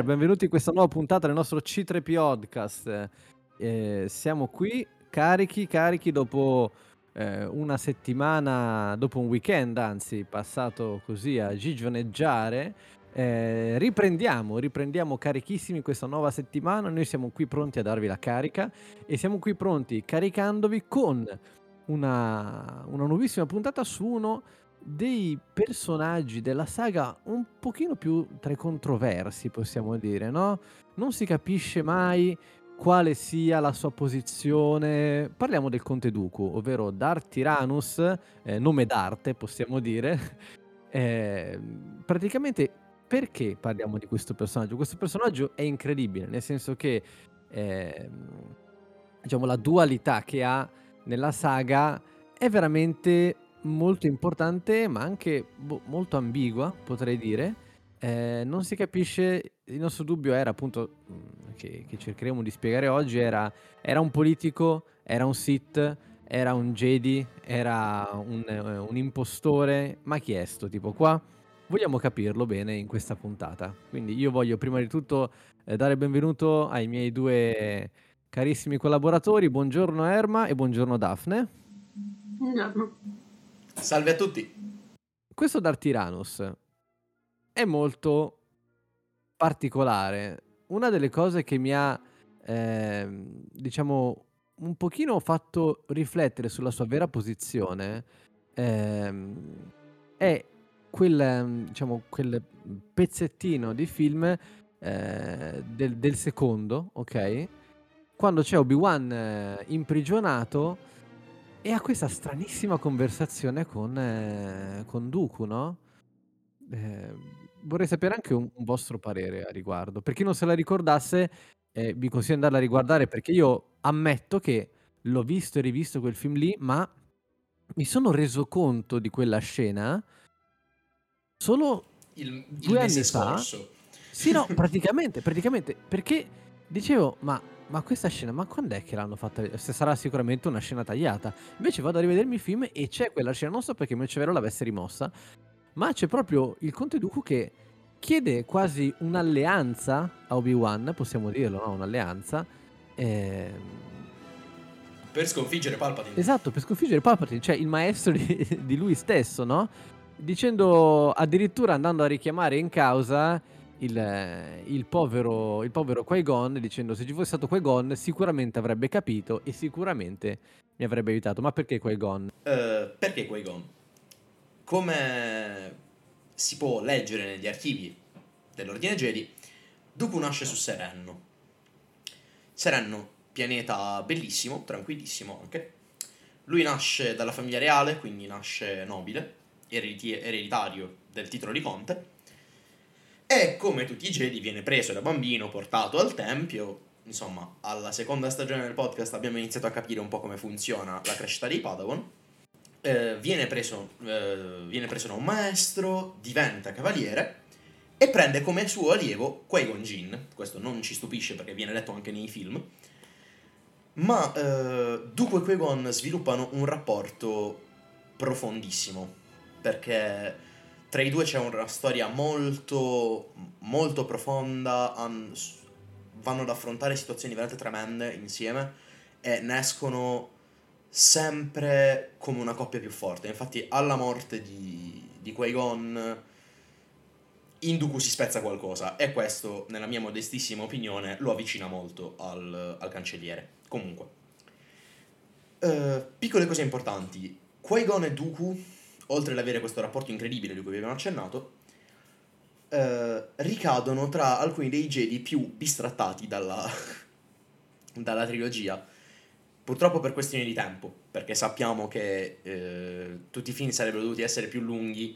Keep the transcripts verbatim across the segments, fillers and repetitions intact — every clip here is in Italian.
Super, benvenuti in questa nuova puntata del nostro C tre P Podcast. Eh, siamo qui carichi, carichi dopo eh, una settimana, dopo un weekend, anzi, passato così a gigioneggiare. Eh, riprendiamo, riprendiamo carichissimi questa nuova settimana. Noi siamo qui pronti a darvi la carica e siamo qui pronti caricandovi con una, una nuovissima puntata su uno dei personaggi della saga un pochino più tra i controversi, possiamo dire, no? Non si capisce mai quale sia la sua posizione. Parliamo del Conte Dooku, ovvero Darth Tyrannus, eh, nome d'arte, possiamo dire. Eh, praticamente, perché parliamo di questo personaggio? Questo personaggio è incredibile, nel senso che ehm, diciamo, la dualità che ha nella saga è veramente molto importante, ma anche boh, molto ambigua, potrei dire. Eh, non si capisce, il nostro dubbio era appunto, mh, che, che cercheremo di spiegare oggi, era, era un politico, era un Sith, era un Jedi, era un, eh, un impostore, ma chi è sto tipo qua? Vogliamo capirlo bene in questa puntata. Quindi io voglio prima di tutto eh, dare il benvenuto ai miei due carissimi collaboratori. Buongiorno Erma e buongiorno Daphne. Buongiorno. Salve a tutti. Questo Darth Tyrannus è molto particolare. Una delle cose che mi ha, ehm, diciamo, un pochino fatto riflettere sulla sua vera posizione ehm, è quel, ehm, diciamo, quel pezzettino di film eh, del, del secondo, ok? Quando c'è Obi-Wan eh, imprigionato e ha questa stranissima conversazione con, eh, con Dooku, no? Eh, vorrei sapere anche un, un vostro parere a riguardo. Per chi non se la ricordasse, eh, vi consiglio di andarla a riguardare perché io ammetto che l'ho visto e rivisto quel film lì, ma mi sono reso conto di quella scena solo Il, il due mese anni fa. scorso. Sì, no, praticamente, praticamente, perché dicevo, ma, ma questa scena, ma quando è che l'hanno fatta? Se sarà sicuramente una scena tagliata. Invece vado a rivedermi il film e c'è quella scena, non so perché il mio cervello l'avesse rimossa, ma c'è proprio il Conte Dooku che chiede quasi un'alleanza a Obi-Wan, possiamo dirlo, no? Un'alleanza. Ehm... Per sconfiggere Palpatine. Esatto, per sconfiggere Palpatine, cioè il maestro di, di lui stesso, no? Dicendo, addirittura andando a richiamare in causa il, il povero, il povero Qui-Gon, dicendo se ci fosse stato Qui-Gon sicuramente avrebbe capito e sicuramente mi avrebbe aiutato. Ma perché Qui-Gon? Uh, perché Qui-Gon? Come si può leggere negli archivi dell'Ordine Jedi, Dooku nasce su Serenno. Serenno, pianeta bellissimo, tranquillissimo anche. Lui nasce dalla famiglia reale, quindi nasce nobile, erediti- ereditario del titolo di conte. E come tutti i Jedi viene preso da bambino, portato al tempio. Insomma, alla seconda stagione del podcast abbiamo iniziato a capire un po' come funziona la crescita dei Padawan. Eh, viene, preso, eh, viene preso da un maestro, diventa cavaliere e prende come suo allievo Qui-Gon Jinn. Questo non ci stupisce perché viene detto anche nei film. Ma eh, Dooku e Qui-Gon sviluppano un rapporto profondissimo, perché tra i due c'è una storia molto, molto profonda, han- vanno ad affrontare situazioni veramente tremende insieme e ne escono sempre come una coppia più forte. Infatti alla morte di, di Qui-Gon in Dooku si spezza qualcosa e questo, nella mia modestissima opinione, lo avvicina molto al, al cancelliere. Comunque, uh, piccole cose importanti. Qui-Gon e Dooku, oltre ad avere questo rapporto incredibile di cui vi abbiamo accennato, uh, ricadono tra alcuni dei Jedi più bistrattati dalla, dalla trilogia. Purtroppo per questioni di tempo, perché sappiamo che eh, tutti i film sarebbero dovuti essere più lunghi,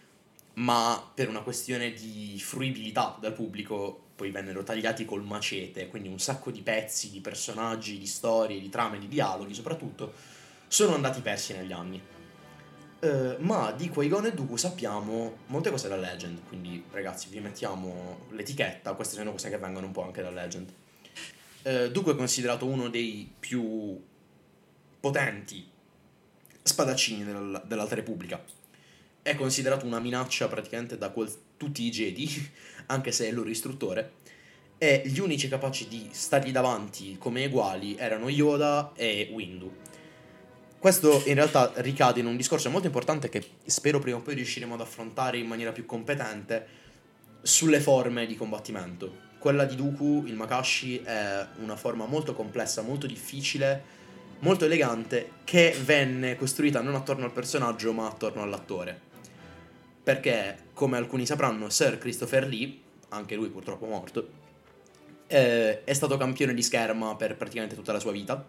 ma per una questione di fruibilità dal pubblico poi vennero tagliati col macete, quindi un sacco di pezzi, di personaggi, di storie, di trame, di dialoghi soprattutto, sono andati persi negli anni. Uh, ma di Qui-Gon e Dooku sappiamo molte cose da Legend, quindi ragazzi vi mettiamo l'etichetta, queste sono cose che vengono un po' anche da Legend. Uh, Dooku è considerato uno dei più potenti spadaccini del, dell'Alta Repubblica. è considerato una minaccia praticamente da quel- tutti i Jedi, anche se è il loro istruttore, e gli unici capaci di stargli davanti come uguali erano Yoda e Windu. Questo in realtà ricade in un discorso molto importante che spero prima o poi riusciremo ad affrontare in maniera più competente sulle forme di combattimento. Quella di Dooku, il Makashi, è una forma molto complessa, molto difficile, molto elegante, che venne costruita non attorno al personaggio ma attorno all'attore. Perché, come alcuni sapranno, Sir Christopher Lee, anche lui purtroppo morto, eh, è stato campione di scherma per praticamente tutta la sua vita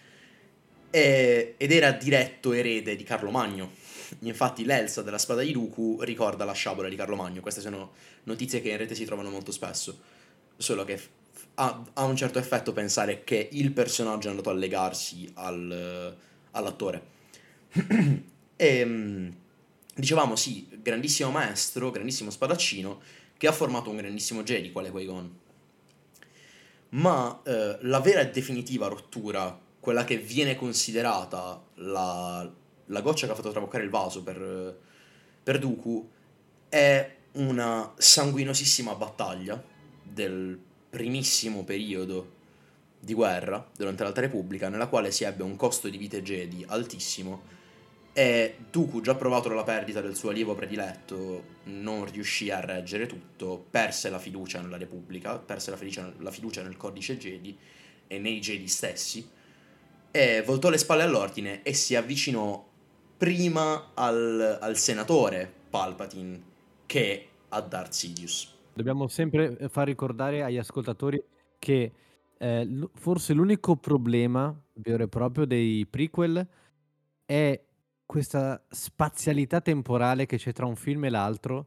e- ed era diretto erede di Carlo Magno. Infatti l'Elsa della spada di Dooku ricorda la sciabola di Carlo Magno. Queste sono notizie che in rete si trovano molto spesso, solo che f- ha, ha un certo effetto pensare che il personaggio è andato a legarsi al, all'attore. E mm, dicevamo sì, grandissimo maestro, grandissimo spadaccino, che ha formato un grandissimo Jedi quale Qui-Gon. Ma eh, la vera e definitiva rottura, quella che viene considerata la, la goccia che ha fatto traboccare il vaso per, per Dooku, è una sanguinosissima battaglia del primissimo periodo di guerra durante l'Alta Repubblica, nella quale si ebbe un costo di vite Jedi altissimo e Dooku, già provato dalla perdita del suo allievo prediletto, non riuscì a reggere tutto, perse la fiducia nella Repubblica, perse la fiducia, la fiducia nel codice Jedi e nei Jedi stessi, e voltò le spalle all'ordine e si avvicinò prima al, al senatore Palpatine che a Darth Sidious. Dobbiamo sempre eh, far ricordare agli ascoltatori che eh, l- forse l'unico problema vero e proprio dei prequel è questa spazialità temporale che c'è tra un film e l'altro,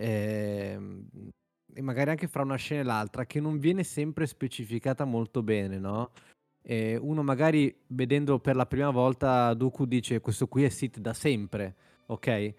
ehm, e magari anche fra una scena e l'altra, che non viene sempre specificata molto bene, no? E uno magari vedendo per la prima volta Dooku dice questo qui è Sith da sempre, ok? Eh,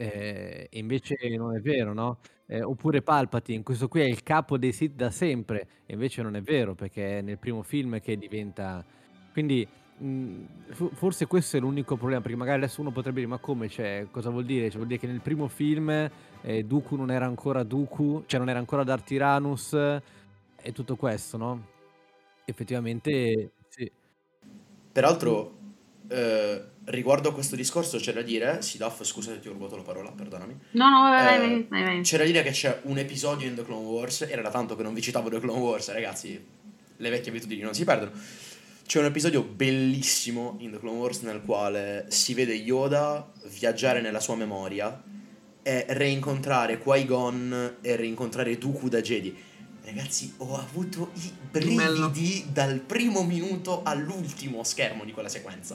e invece non è vero, no? Eh, oppure Palpatine, questo qui è il capo dei Sith da sempre, e invece non è vero perché è nel primo film che diventa... Quindi mh, fo- forse questo è l'unico problema, perché magari adesso uno potrebbe dire ma come, cioè, cosa vuol dire? Cioè, vuol dire che nel primo film eh, Dooku non era ancora Dooku, cioè non era ancora Darth Tyrannus e tutto questo, no? Effettivamente sì. Peraltro, eh, riguardo a questo discorso c'è da dire, Sidaf, scusa se ti ho rubato la parola, perdonami. No, no, vai, vai, Eh, vai, vai, vai. c'è da dire che c'è un episodio in The Clone Wars, era da tanto che non vi citavo The Clone Wars, ragazzi, le vecchie abitudini non si perdono. C'è un episodio bellissimo in The Clone Wars nel quale si vede Yoda viaggiare nella sua memoria e reincontrare Qui-Gon e reincontrare Dooku da Jedi. Ragazzi, ho avuto i Bello. brividi dal primo minuto all'ultimo schermo di quella sequenza.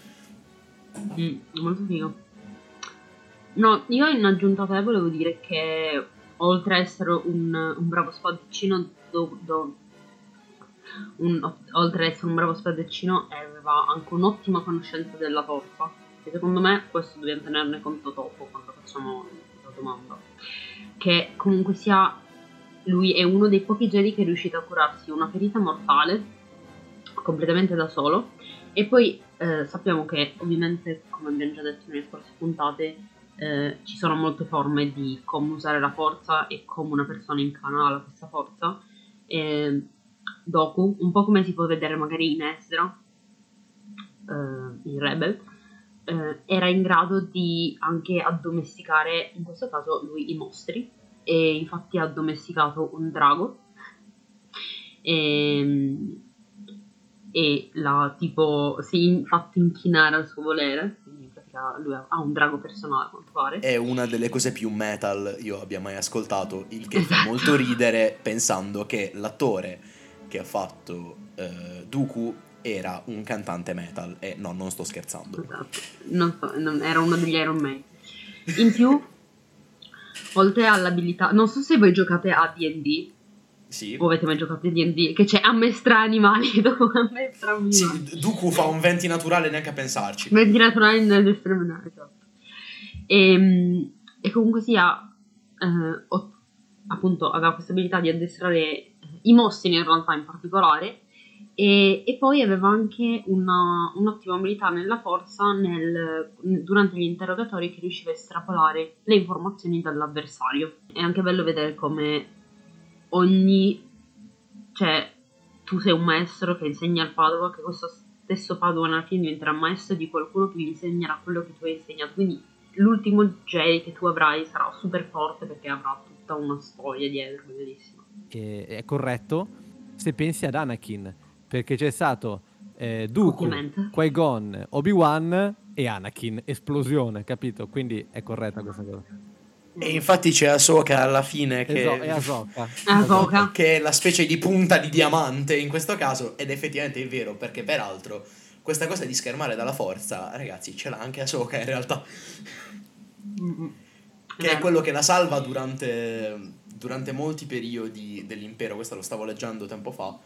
Mm, molto figo. No, io in aggiunta a te volevo dire che oltre a essere un, un bravo spadaccino, do- do- un- oltre ad essere un bravo spadaccino, aveva anche un'ottima conoscenza della forza. E secondo me questo dobbiamo tenerne conto dopo quando facciamo la domanda. Che comunque sia, lui è uno dei pochi Jedi che è riuscito a curarsi una ferita mortale completamente da solo. E poi eh, sappiamo che ovviamente, come abbiamo già detto nelle scorse puntate, eh, ci sono molte forme di come usare la forza e come una persona incanala questa forza. E Doku, un po' come si può vedere magari in Ezra, eh, in Rebel, eh, era in grado di anche addomesticare, in questo caso lui, i mostri, e infatti ha addomesticato un drago e, e l'ha tipo si è fatto inchinare al suo volere, quindi in pratica lui ha, ha un drago personale a quanto pare. È una delle cose più metal io abbia mai ascoltato, il che fa Esatto. molto ridere pensando che l'attore che ha fatto eh, Dooku era un cantante metal e no, non sto scherzando. Esatto. Non so, non- era uno degli Iron Man. In più, oltre all'abilità, non so se voi giocate a D and D Sì. o avete mai giocato a D and D, che c'è ammestra animali, dopo ammestra animali. Sì, Dooku fa un venti naturale neanche a pensarci. venti naturali nell'estremità, esatto. E, e comunque sia, eh, ho- appunto, aveva questa abilità di addestrare i mostri in realtà in particolare, E, e poi aveva anche una, un'ottima abilità nella forza nel, durante gli interrogatori, che riusciva a estrapolare le informazioni dall'avversario. È anche bello vedere come ogni... cioè, tu sei un maestro che insegna al Padova, che questo stesso Padawan alla fine diventerà maestro di qualcuno che gli insegnerà quello che tu hai insegnato. Quindi l'ultimo Jedi che tu avrai sarà super forte perché avrà tutta una storia dietro, bellissima. E, è corretto se pensi ad Anakin, perché c'è stato eh, Dooku, Ovviamente. Qui-Gon, Obi-Wan e Anakin, esplosione, capito? Quindi è corretta questa cosa. E infatti c'è Ahsoka alla fine che Eso- è Ahsoka. Ahsoka. che è la specie di punta di diamante in questo caso, ed effettivamente è vero, perché peraltro questa cosa di schermare dalla forza, ragazzi, ce l'ha anche Ahsoka in realtà, Mm-mm. che è quello che la salva durante, durante molti periodi dell'impero. Questo lo stavo leggendo tempo fa,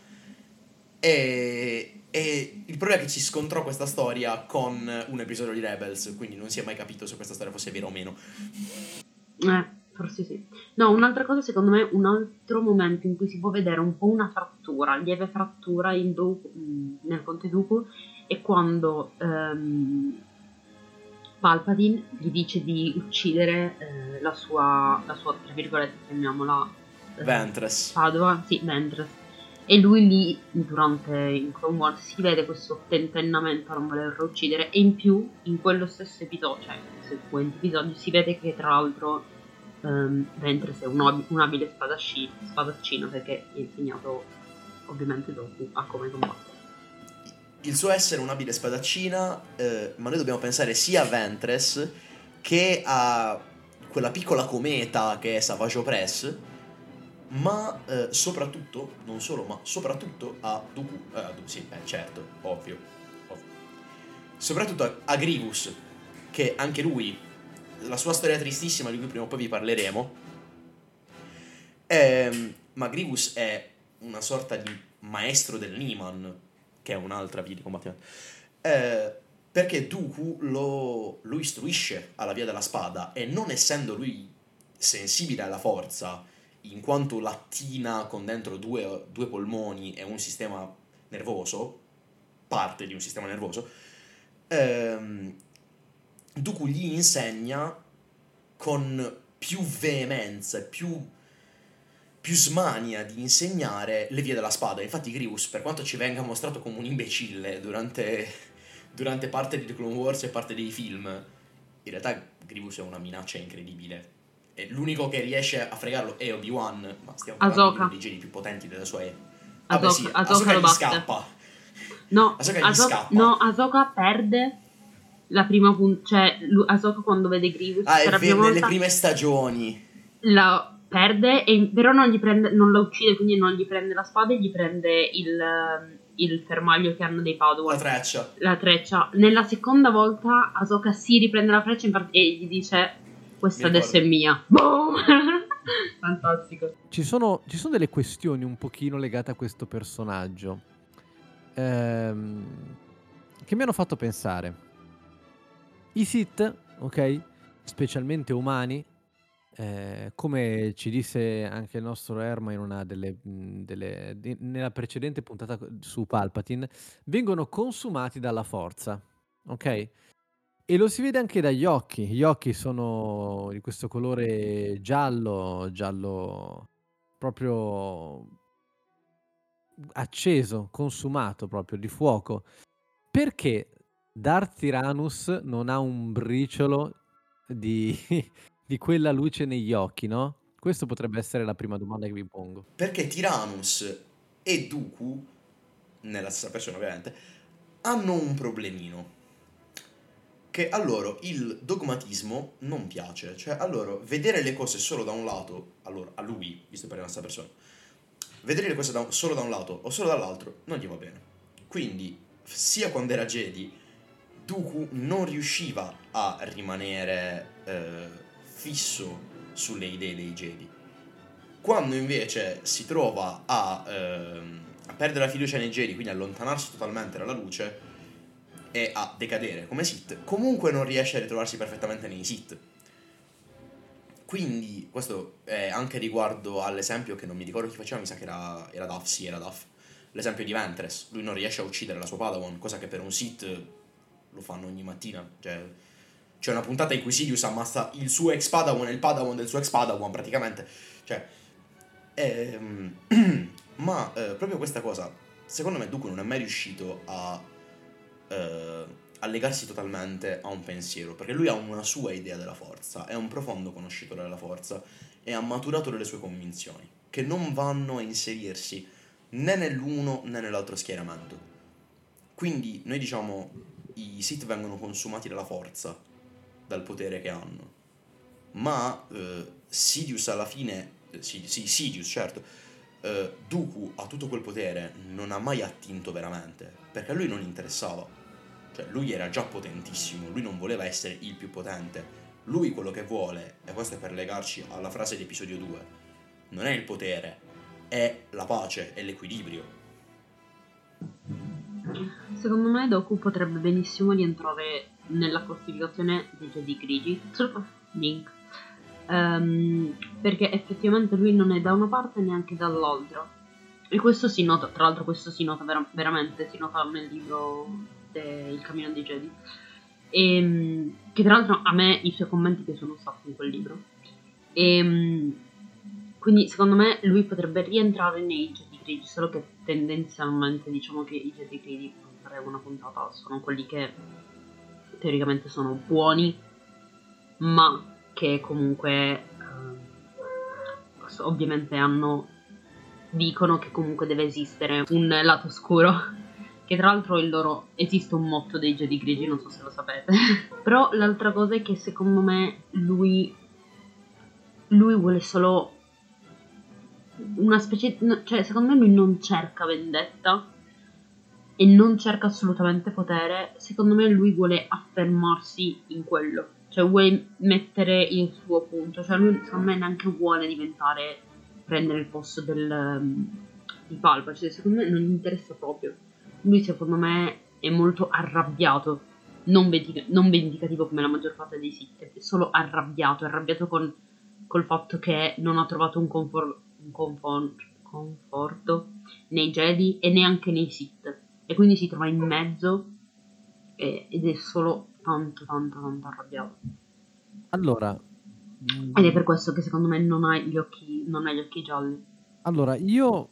e, e il problema è che ci scontrò questa storia con un episodio di Rebels, quindi non si è mai capito se questa storia fosse vera o meno. Eh, forse sì. No, un'altra cosa, secondo me, un altro momento in cui si può vedere un po' una frattura, lieve frattura in Dooku, mh, nel Conte Dooku, è quando ehm, Palpatine gli dice di uccidere eh, la sua, la sua, tra virgolette, chiamiamola eh, Ventress. Padova, sì, Ventress. E lui lì, durante in Clone Wars, si vede questo tentennamento a non volerlo uccidere, e in più, in quello stesso episodio, cioè nei seguenti episodi, si vede che tra l'altro um, Ventress è un, ob- un abile spadaccino, spadaccino, perché gli ha insegnato ovviamente Dooku a come combattere. Il suo essere un'abile spadaccina, eh, ma noi dobbiamo pensare sia a Ventress che a quella piccola cometa che è Savage Opress, ma eh, soprattutto, non solo, ma soprattutto a Dooku, eh, a Dooku, sì, eh, certo, ovvio, ovvio. Soprattutto a, a Grievous, che anche lui, la sua storia tristissima di cui prima o poi vi parleremo, ehm, ma Grievous è una sorta di maestro del Niman, che è un'altra via di combattimento, eh, perché Dooku lo, lo istruisce alla via della spada, e non essendo lui sensibile alla forza, in quanto lattina con dentro due, due polmoni e un sistema nervoso, parte di un sistema nervoso, ehm, Dooku gli insegna con più veemenza e più, più smania di insegnare le vie della spada. Infatti Grievous, per quanto ci venga mostrato come un imbecille durante, durante parte di The Clone Wars e parte dei film, in realtà Grievous è una minaccia incredibile. E l'unico che riesce a fregarlo è Obi-Wan, ma stiamo parlando Ahsoka. di uno dei Jedi più potenti della sua epoca. Vabbè, Ahsoka, sì, Ahsoka Ahsoka lo gli batte. scappa. No, Ahsoka gli Ahsoka, scappa. no, Ahsoka perde la prima puntata, cioè lu- Ahsoka quando vede Grievous Ah, per è la prima vero, nelle volta prime stagioni. la perde, e, però non gli prende, non la uccide, quindi non gli prende la spada, e gli prende il, ehm, il fermaglio che hanno dei Padawan, La treccia. la treccia. Nella seconda volta Ahsoka si riprende la freccia, infatti, e gli dice: questa Mi adesso è ricordo. mia. Boom! Fantastico. Ci sono, ci sono delle questioni un pochino legate a questo personaggio ehm, che mi hanno fatto pensare. I Sith, ok, specialmente umani, eh, come ci disse anche il nostro Erma in una delle, mh, delle di- nella precedente puntata su Palpatine, vengono consumati dalla forza, ok? E lo si vede anche dagli occhi. Gli occhi sono di questo colore giallo, giallo proprio acceso, consumato proprio, di fuoco. Perché Darth Tyrannus non ha un briciolo di, di quella luce negli occhi, no? Questo potrebbe essere la prima domanda che vi pongo. Perché Tyrannus e Dooku, nella stessa persona ovviamente, hanno un problemino. Che a loro il dogmatismo non piace. Cioè, a loro vedere le cose solo da un lato, allora, a lui, visto per la stessa persona, vedere le cose da un- solo da un lato o solo dall'altro non gli va bene. Quindi, sia quando era Jedi, Dooku non riusciva a rimanere eh, fisso sulle idee dei Jedi. Quando invece si trova a, ehm, a perdere la fiducia nei Jedi, quindi allontanarsi totalmente dalla luce e a decadere come Sith, comunque non riesce a ritrovarsi perfettamente nei Sith. Quindi questo è anche riguardo all'esempio che non mi ricordo chi faceva, mi sa che era, era Duff, sì, era Duff, l'esempio di Ventress, lui non riesce a uccidere la sua Padawan, cosa che per un Sith lo fanno ogni mattina. Cioè, c'è una puntata in cui Sidious ammazza il suo ex Padawan e il Padawan del suo ex Padawan praticamente. Cioè, ehm, ma eh, proprio questa cosa, secondo me Dooku non è mai riuscito a, eh, a legarsi totalmente a un pensiero, perché lui ha una sua idea della forza, è un profondo conoscitore della forza e ha maturato delle sue convinzioni che non vanno a inserirsi né nell'uno né nell'altro schieramento. Quindi noi diciamo i Sith vengono consumati dalla forza, dal potere che hanno, ma eh, Sidious alla fine eh, sì, sì, Sidious certo eh, Dooku ha tutto quel potere, non ha mai attinto veramente, perché a lui non interessava. Cioè lui era già potentissimo, lui non voleva essere il più potente. Lui quello che vuole, e questo è per legarci alla frase di episodio due, non è il potere, è la pace, è l'equilibrio. Secondo me Dooku potrebbe benissimo rientrare nella classificazione dei Jedi grigi, Link, um, perché effettivamente lui non è da una parte neanche dall'altra, e questo si nota, tra l'altro questo si nota vera- veramente, si nota nel libro de- Il Cammino dei Jedi, e, che tra l'altro a me i suoi commenti piacciono un sacco in quel libro, e quindi secondo me lui potrebbe rientrare nei Jedi grigi, solo che tendenzialmente diciamo che i Jedi grigi, per fare una puntata, sono quelli che teoricamente sono buoni, ma che comunque eh, ovviamente hanno dicono che comunque deve esistere un lato oscuro, che tra l'altro il loro esiste un motto dei Jedi grigi, non so se lo sapete. Però l'altra cosa è che secondo me lui lui vuole solo una specie, cioè secondo me lui non cerca vendetta e non cerca assolutamente potere. Secondo me lui vuole affermarsi in quello, cioè vuole mettere il suo punto, cioè lui secondo me neanche vuole diventare, prendere il posto del um, di Palpa, cioè secondo me non gli interessa proprio. Lui secondo me è molto arrabbiato, non, vendica- non vendicativo come la maggior parte dei Sith, è solo arrabbiato, arrabbiato con col fatto che non ha trovato un, confor- un confor- conforto nei Jedi e neanche nei Sith, e quindi si trova in mezzo e- ed è solo tanto tanto tanto arrabbiato. Allora, Ed è mm, per questo che secondo me non ha gli occhi, non ha gli occhi gialli, allora io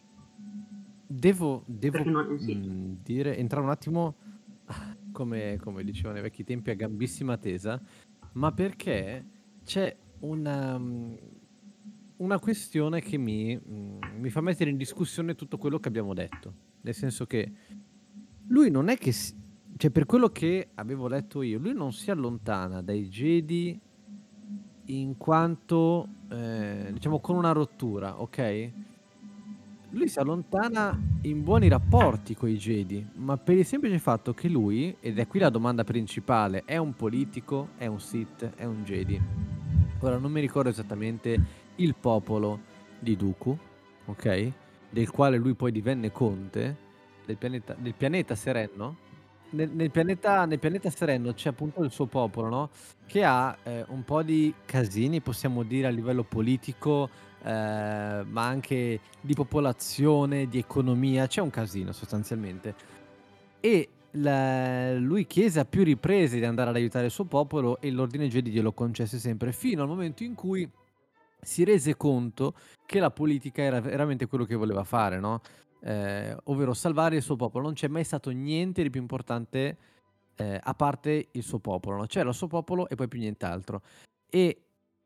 devo, devo perché non è un Sith. mm, dire, entrare un attimo, come, come dicevano nei vecchi tempi, a gambissima tesa, ma perché c'è una, mm, una questione che mi, mm, mi fa mettere in discussione tutto quello che abbiamo detto. Nel senso che lui non è che, si- cioè per quello che avevo letto io, lui non si allontana dai Jedi in quanto, eh, diciamo, con una rottura, ok? Lui si allontana in buoni rapporti coi Jedi, ma per il semplice fatto che lui, ed è qui la domanda principale, è un politico, è un Sith, è un Jedi. Ora non mi ricordo esattamente il popolo di Dooku, ok? Del quale lui poi divenne conte, del pianeta, del pianeta Serenno. Nel, nel pianeta, nel pianeta Serenno c'è appunto il suo popolo, no? Che ha eh, un po' di casini, possiamo dire, a livello politico, eh, ma anche di popolazione, di economia, c'è un casino sostanzialmente. E la- lui chiese a più riprese di andare ad aiutare il suo popolo e l'ordine Jedi glielo concesse sempre, fino al momento in cui si rese conto che la politica era veramente quello che voleva fare, no? Eh, ovvero salvare il suo popolo. Non c'è mai stato niente di più importante eh, a parte il suo popolo, no? C'era il suo popolo e poi più nient'altro. E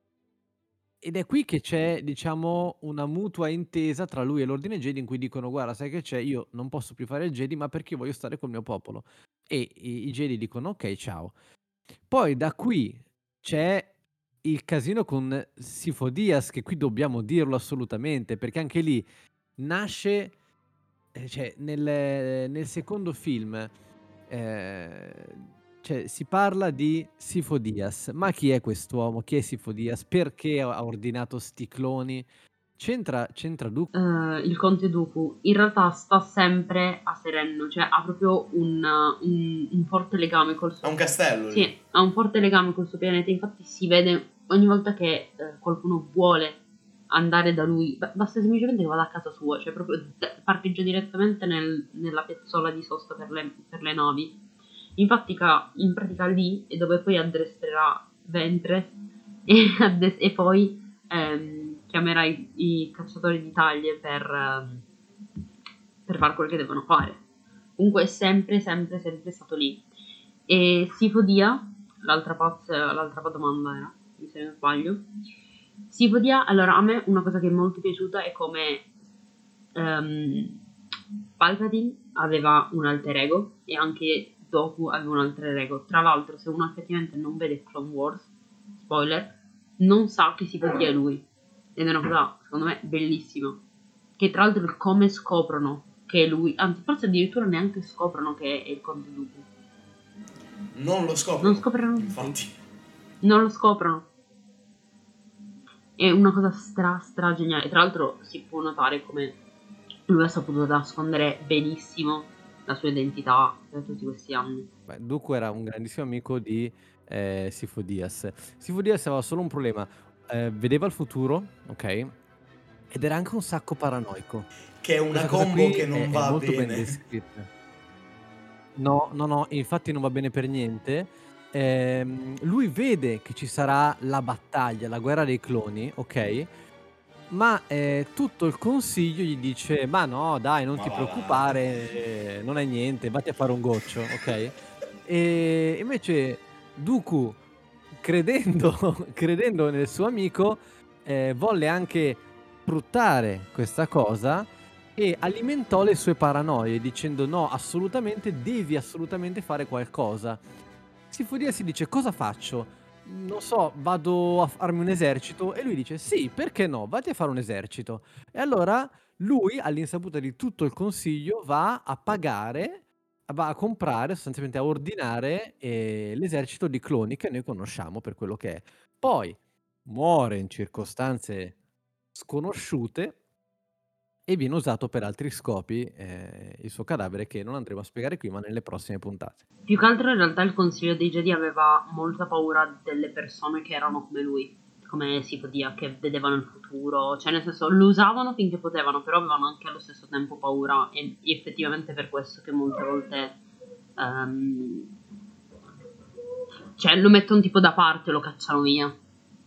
ed è qui che c'è, diciamo, una mutua intesa tra lui e l'ordine Jedi in cui dicono: guarda, sai che c'è, io non posso più fare il Jedi, ma perché voglio stare col mio popolo. E i, i Jedi dicono: ok, ciao. Poi da qui c'è il casino con Sifo Dyas, che qui dobbiamo dirlo assolutamente, perché anche lì nasce, eh, cioè, nel, nel secondo film, eh, cioè, si parla di Sifo Dyas. Ma chi è quest'uomo? Chi è Sifo Dyas? Perché ha ha ordinato sti cloni? C'entra, c'entra Dooku? Eh, il conte Dooku in realtà sta sempre a Serenno, cioè ha proprio un, un- un forte legame col Ha suo un castello lì. Sì, ha un forte legame col suo pianeta, infatti si vede ogni volta che eh, qualcuno vuole andare da lui, ba- basta semplicemente che vada a casa sua, cioè proprio d- parcheggia direttamente nel- nella piazzola di sosta per le, per le navi. Infatti ca- in pratica lì è dove poi addrestrerà Ventre e, addes- e poi ehm, chiamerà i, i cacciatori di taglie per, ehm, per fare quello che devono fare. Comunque è sempre, sempre, sempre stato lì. E Sifodia, l'altra paz, l'altra domanda era, se non sbaglio. Sifodia, allora a me una cosa che è molto piaciuta è come ehm, Palpatine aveva un alter ego e anche Dooku aveva un alter ego. Tra l'altro, se uno effettivamente non vede Clone Wars, spoiler, non sa che Sifodia è lui. Ed è una cosa, secondo me, bellissima. Che tra l'altro il come scoprono che è lui, anzi forse addirittura neanche scoprono che è il Conte Dooku. Non lo scoprono. Non scoprono Infatti. Non lo scoprono. È una cosa stra stra geniale. Tra l'altro si può notare come lui ha saputo nascondere benissimo la sua identità per tutti questi anni. Beh, Dooku era un grandissimo amico di eh, Sifo Dyas. Sifo Dyas aveva solo un problema, eh, vedeva il futuro, ok? Ed era anche un sacco paranoico. Che è una Questa cosa combo qui che non è, è va molto ben bene. descritta. No, no, no, infatti non va bene per niente. Ehm, lui vede che ci sarà la battaglia, la guerra dei cloni, ok? Ma eh, tutto il consiglio gli dice: ma no, dai, non Ma ti va là. preoccupare, eh, non è niente, vatti a fare un goccio, ok? E invece Dooku, credendo, credendo nel suo amico, eh, volle anche sfruttare questa cosa e alimentò le sue paranoie dicendo: no, assolutamente, devi assolutamente fare qualcosa. Sifodia si dice: cosa faccio? Non so, vado a farmi un esercito? E lui dice: sì, perché no? Vatti a fare un esercito. E allora lui, all'insaputa di tutto il consiglio, va a pagare, va a comprare, sostanzialmente a ordinare eh, l'esercito di cloni che noi conosciamo per quello che è. Poi muore in circostanze sconosciute e viene usato per altri scopi eh, il suo cadavere, che non andremo a spiegare qui, ma nelle prossime puntate. Più che altro in realtà il Consiglio dei Jedi aveva molta paura delle persone che erano come lui, come Sifodia, che vedevano il futuro, cioè nel senso lo usavano finché potevano, però avevano anche allo stesso tempo paura e effettivamente per questo che molte volte ehm, cioè lo mettono tipo da parte, lo cacciano via.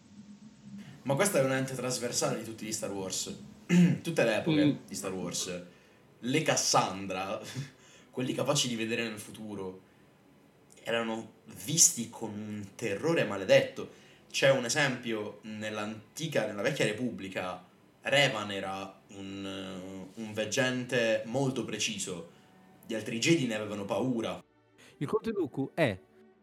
Ma questa è un ente trasversale di tutti gli Star Wars. Tutte le epoche Mm. di Star Wars. Le Cassandra, quelli capaci di vedere nel futuro, erano visti con un terrore maledetto. C'è un esempio nell'antica, nella vecchia Repubblica, Revan era un, un veggente molto preciso. Gli altri Jedi ne avevano paura. Il Conte Dooku è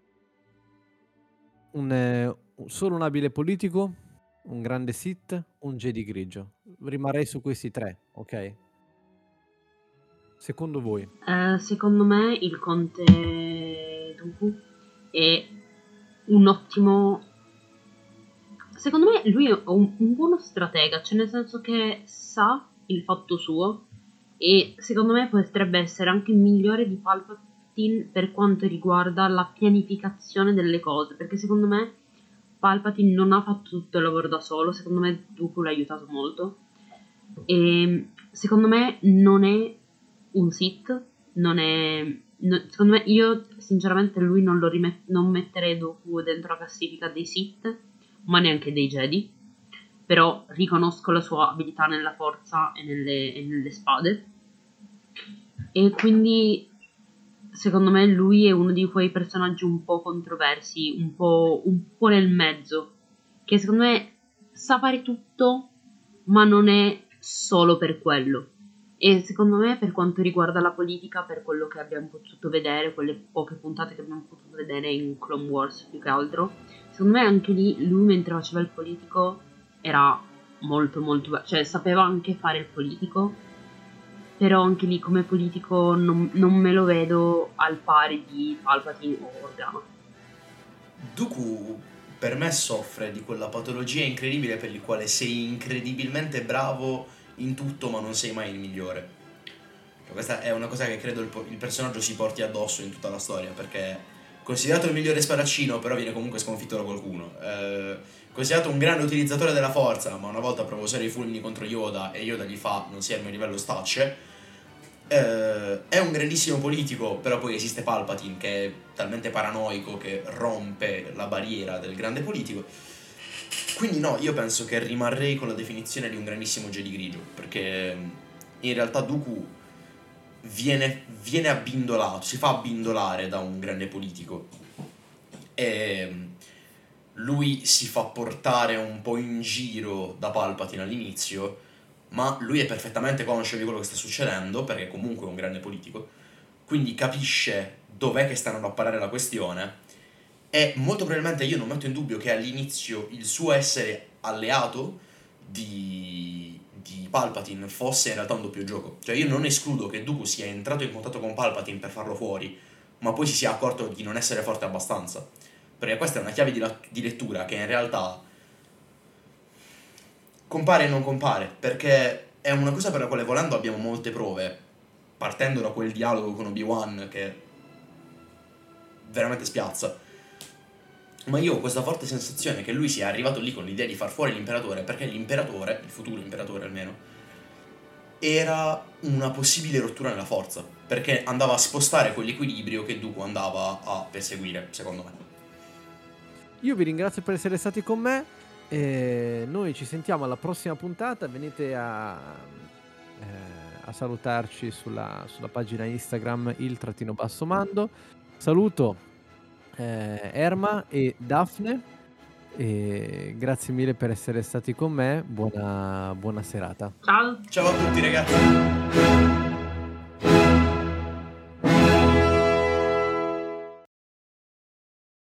un, eh, solo un abile politico, un grande Sith, un Jedi grigio. Rimarrei su questi tre, ok? Secondo voi? Eh, secondo me il Conte Dooku è un ottimo. Secondo me lui è un, un buono stratega, cioè nel senso che sa il fatto suo e secondo me potrebbe essere anche migliore di Palpatine per quanto riguarda la pianificazione delle cose, perché secondo me Palpatine non ha fatto tutto il lavoro da solo, secondo me Dooku l'ha aiutato molto e secondo me non è un Sith, non è. no- secondo me io sinceramente lui non lo rimet- non metterei Dooku dentro la classifica dei Sith, ma neanche dei Jedi, però riconosco la sua abilità nella forza e nelle, e nelle spade e quindi secondo me lui è uno di quei personaggi un po' controversi, un po', un po' nel mezzo, che secondo me sa fare tutto, ma non è solo per quello. E secondo me, per quanto riguarda la politica, per quello che abbiamo potuto vedere, quelle poche puntate che abbiamo potuto vedere in Clone Wars più che altro, secondo me anche lì lui mentre faceva il politico era molto molto bravo, cioè sapeva anche fare il politico, però anche lì come politico non, non me lo vedo al pari di Palpatine o Organa. Dooku per me soffre di quella patologia incredibile per il quale sei incredibilmente bravo in tutto ma non sei mai il migliore. Questa è una cosa che credo il, il personaggio si porti addosso in tutta la storia, perché considerato il migliore spadaccino, però viene comunque sconfitto da qualcuno. Eh, considerato un grande utilizzatore della forza, ma una volta prova a usare i fulmini contro Yoda e Yoda gli fa non sei al mio livello, stacce. Eh, è un grandissimo politico, però poi esiste Palpatine che è talmente paranoico che rompe la barriera del grande politico. Quindi no, io penso che rimarrei con la definizione di un grandissimo Jedi grigio, perché in realtà Dooku viene, viene abbindolato, si fa abbindolare da un grande politico e lui si fa portare un po' in giro da Palpatine all'inizio, ma lui è perfettamente conscio di quello che sta succedendo, perché comunque è un grande politico, quindi capisce dov'è che sta andando a parare la questione. E molto probabilmente io non metto in dubbio che all'inizio il suo essere alleato di, di Palpatine fosse in realtà un doppio gioco. Cioè io non escludo che Dooku sia entrato in contatto con Palpatine per farlo fuori, ma poi si sia accorto di non essere forte abbastanza. Perché questa è una chiave di, la, di lettura che in realtà compare e non compare, perché è una cosa per la quale volendo abbiamo molte prove, partendo da quel dialogo con Obi-Wan che veramente spiazza. Ma io ho questa forte sensazione che lui sia arrivato lì con l'idea di far fuori l'imperatore, perché l'imperatore, il futuro imperatore almeno, era una possibile rottura nella forza, perché andava a spostare quell'equilibrio che Dooku andava a perseguire, secondo me. Io vi ringrazio per essere stati con me e noi ci sentiamo alla prossima puntata. Venite a, eh, a salutarci sulla, sulla pagina Instagram il trattino basso mando. Saluto Eh, Erma e Daphne e grazie mille per essere stati con me. Buona, buona serata. Ciao. Ciao a tutti ragazzi.